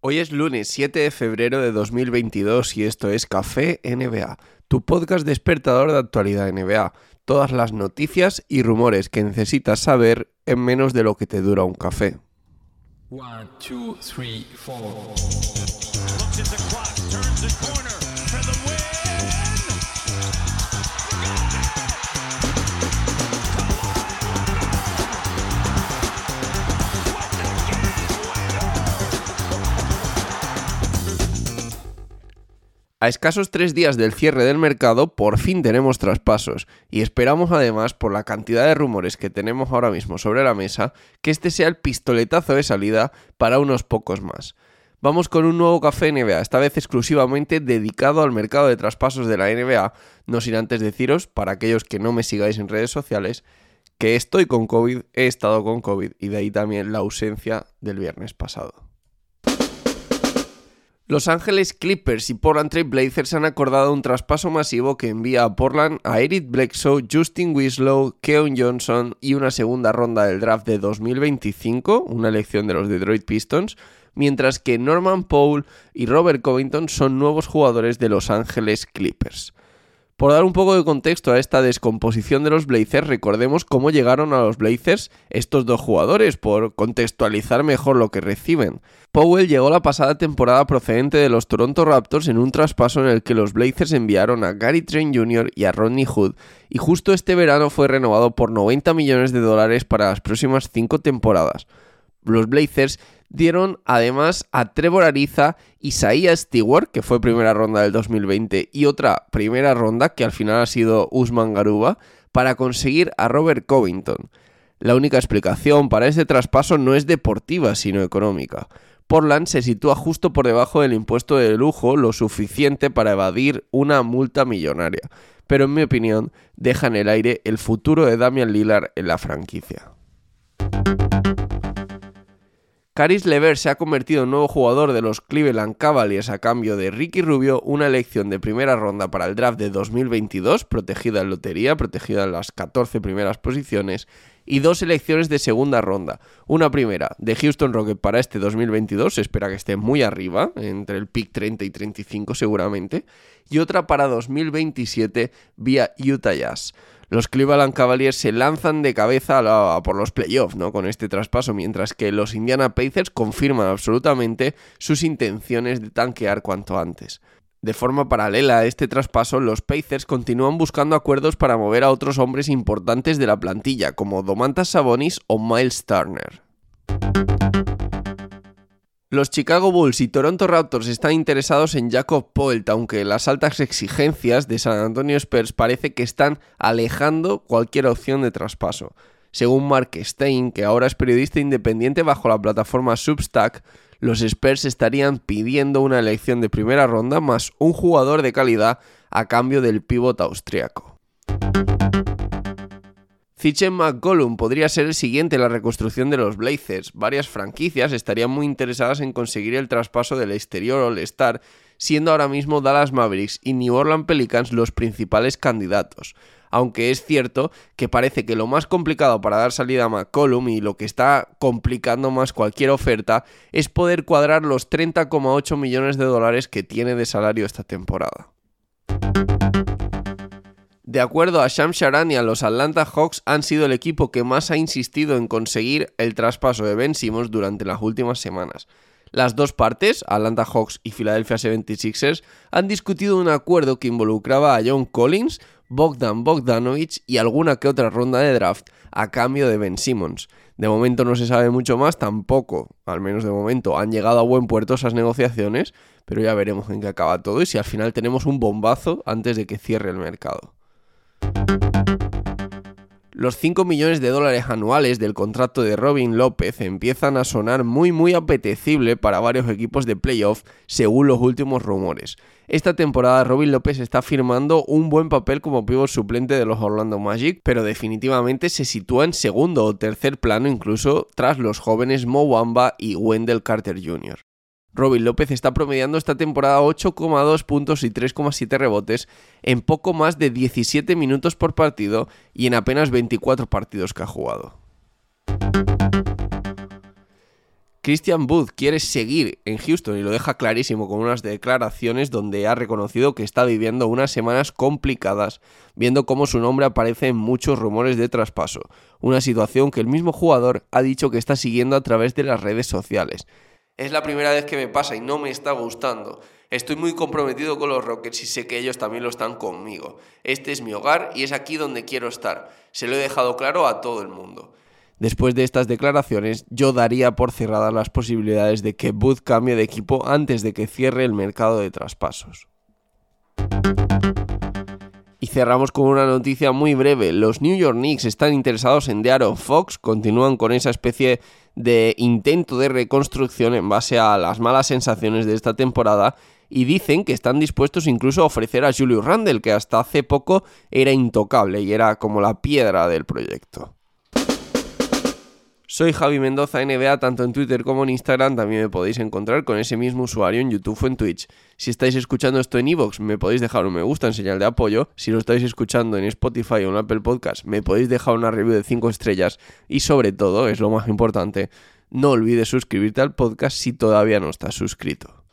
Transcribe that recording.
Hoy es lunes 7 de febrero de 2022 y esto es Café NBA, tu podcast despertador de actualidad NBA. Todas las noticias y rumores que necesitas saber en menos de lo que te dura un café. 1, 2, 3, 4. Looks at the clock, turns the corner for the win. A escasos 3 días del cierre del mercado, por fin tenemos traspasos y esperamos además, por la cantidad de rumores que tenemos ahora mismo sobre la mesa, que este sea el pistoletazo de salida para unos pocos más. Vamos con un nuevo Café NBA, esta vez exclusivamente dedicado al mercado de traspasos de la NBA, no sin antes deciros, para aquellos que no me sigáis en redes sociales, que estoy con COVID, he estado con COVID y de ahí también la ausencia del viernes pasado. Los Ángeles Clippers y Portland Trail Blazers han acordado un traspaso masivo que envía a Portland a Eric Bledsoe, Justin Winslow, Keon Johnson y una segunda ronda del draft de 2025, una elección de los Detroit Pistons, mientras que Norman Powell y Robert Covington son nuevos jugadores de Los Ángeles Clippers. Por dar un poco de contexto a esta descomposición de los Blazers, recordemos cómo llegaron a los Blazers estos dos jugadores, por contextualizar mejor lo que reciben. Powell llegó la pasada temporada procedente de los Toronto Raptors en un traspaso en el que los Blazers enviaron a Gary Trent Jr. y a Rodney Hood, y justo este verano fue renovado por $90 millones para las próximas 5 temporadas. Los Blazers dieron además a Trevor Ariza, Isaiah Stewart, que fue primera ronda del 2020, y otra primera ronda, que al final ha sido Usman Garuba, para conseguir a Robert Covington. La única explicación para este traspaso no es deportiva, sino económica. Portland se sitúa justo por debajo del impuesto de lujo, lo suficiente para evadir una multa millonaria. Pero en mi opinión, deja en el aire el futuro de Damian Lillard en la franquicia. Caris LeVert se ha convertido en nuevo jugador de los Cleveland Cavaliers a cambio de Ricky Rubio, una elección de primera ronda para el draft de 2022, protegida en lotería, protegida en las 14 primeras posiciones, y 2 elecciones de segunda ronda. Una primera de Houston Rockets para este 2022, se espera que esté muy arriba, entre el pick 30 y 35 seguramente, y otra para 2027 vía Utah Jazz. Los Cleveland Cavaliers se lanzan de cabeza por los playoffs, ¿no?, con este traspaso, mientras que los Indiana Pacers confirman absolutamente sus intenciones de tanquear cuanto antes. De forma paralela a este traspaso, los Pacers continúan buscando acuerdos para mover a otros hombres importantes de la plantilla, como Domantas Sabonis o Miles Turner. Los Chicago Bulls y Toronto Raptors están interesados en Jakob Poeltl, aunque las altas exigencias de San Antonio Spurs parece que están alejando cualquier opción de traspaso. Según Mark Stein, que ahora es periodista independiente bajo la plataforma Substack, los Spurs estarían pidiendo una elección de primera ronda más un jugador de calidad a cambio del pívot austriaco. CJ McCollum podría ser el siguiente en la reconstrucción de los Blazers. Varias franquicias estarían muy interesadas en conseguir el traspaso del exterior All-Star, siendo ahora mismo Dallas Mavericks y New Orleans Pelicans los principales candidatos. Aunque es cierto que parece que lo más complicado para dar salida a McCollum y lo que está complicando más cualquier oferta es poder cuadrar los $30,8 millones que tiene de salario esta temporada. De acuerdo a Shams Charania, los Atlanta Hawks han sido el equipo que más ha insistido en conseguir el traspaso de Ben Simmons durante las últimas semanas. Las dos partes, Atlanta Hawks y Philadelphia 76ers, han discutido un acuerdo que involucraba a John Collins, Bogdan Bogdanovic y alguna que otra ronda de draft a cambio de Ben Simmons. De momento no se sabe mucho más, tampoco, al menos de momento, han llegado a buen puerto esas negociaciones, pero ya veremos en qué acaba todo y si al final tenemos un bombazo antes de que cierre el mercado. Los $5 millones anuales del contrato de Robin López empiezan a sonar muy apetecible para varios equipos de playoff según los últimos rumores. Esta temporada Robin López está firmando un buen papel como pívot suplente de los Orlando Magic, pero definitivamente se sitúa en segundo o tercer plano incluso tras los jóvenes Mo Bamba y Wendell Carter Jr. Robin López está promediando esta temporada 8,2 puntos y 3,7 rebotes en poco más de 17 minutos por partido y en apenas 24 partidos que ha jugado. Christian Wood quiere seguir en Houston y lo deja clarísimo con unas declaraciones donde ha reconocido que está viviendo unas semanas complicadas, viendo cómo su nombre aparece en muchos rumores de traspaso, una situación que el mismo jugador ha dicho que está siguiendo a través de las redes sociales. Es la primera vez que me pasa y no me está gustando. Estoy muy comprometido con los Rockets y sé que ellos también lo están conmigo. Este es mi hogar y es aquí donde quiero estar. Se lo he dejado claro a todo el mundo. Después de estas declaraciones, yo daría por cerradas las posibilidades de que Wood cambie de equipo antes de que cierre el mercado de traspasos. Y cerramos con una noticia muy breve. Los New York Knicks están interesados en De'Aaron Fox, continúan con esa especie de intento de reconstrucción en base a las malas sensaciones de esta temporada y dicen que están dispuestos incluso a ofrecer a Julius Randle, que hasta hace poco era intocable y era como la piedra del proyecto. Soy Javi Mendoza NBA, tanto en Twitter como en Instagram. También me podéis encontrar con ese mismo usuario en YouTube o en Twitch. Si estáis escuchando esto en iVoox, me podéis dejar un me gusta en señal de apoyo. Si lo estáis escuchando en Spotify o en Apple Podcast, me podéis dejar una review de 5 estrellas. Y sobre todo, es lo más importante, no olvides suscribirte al podcast si todavía no estás suscrito.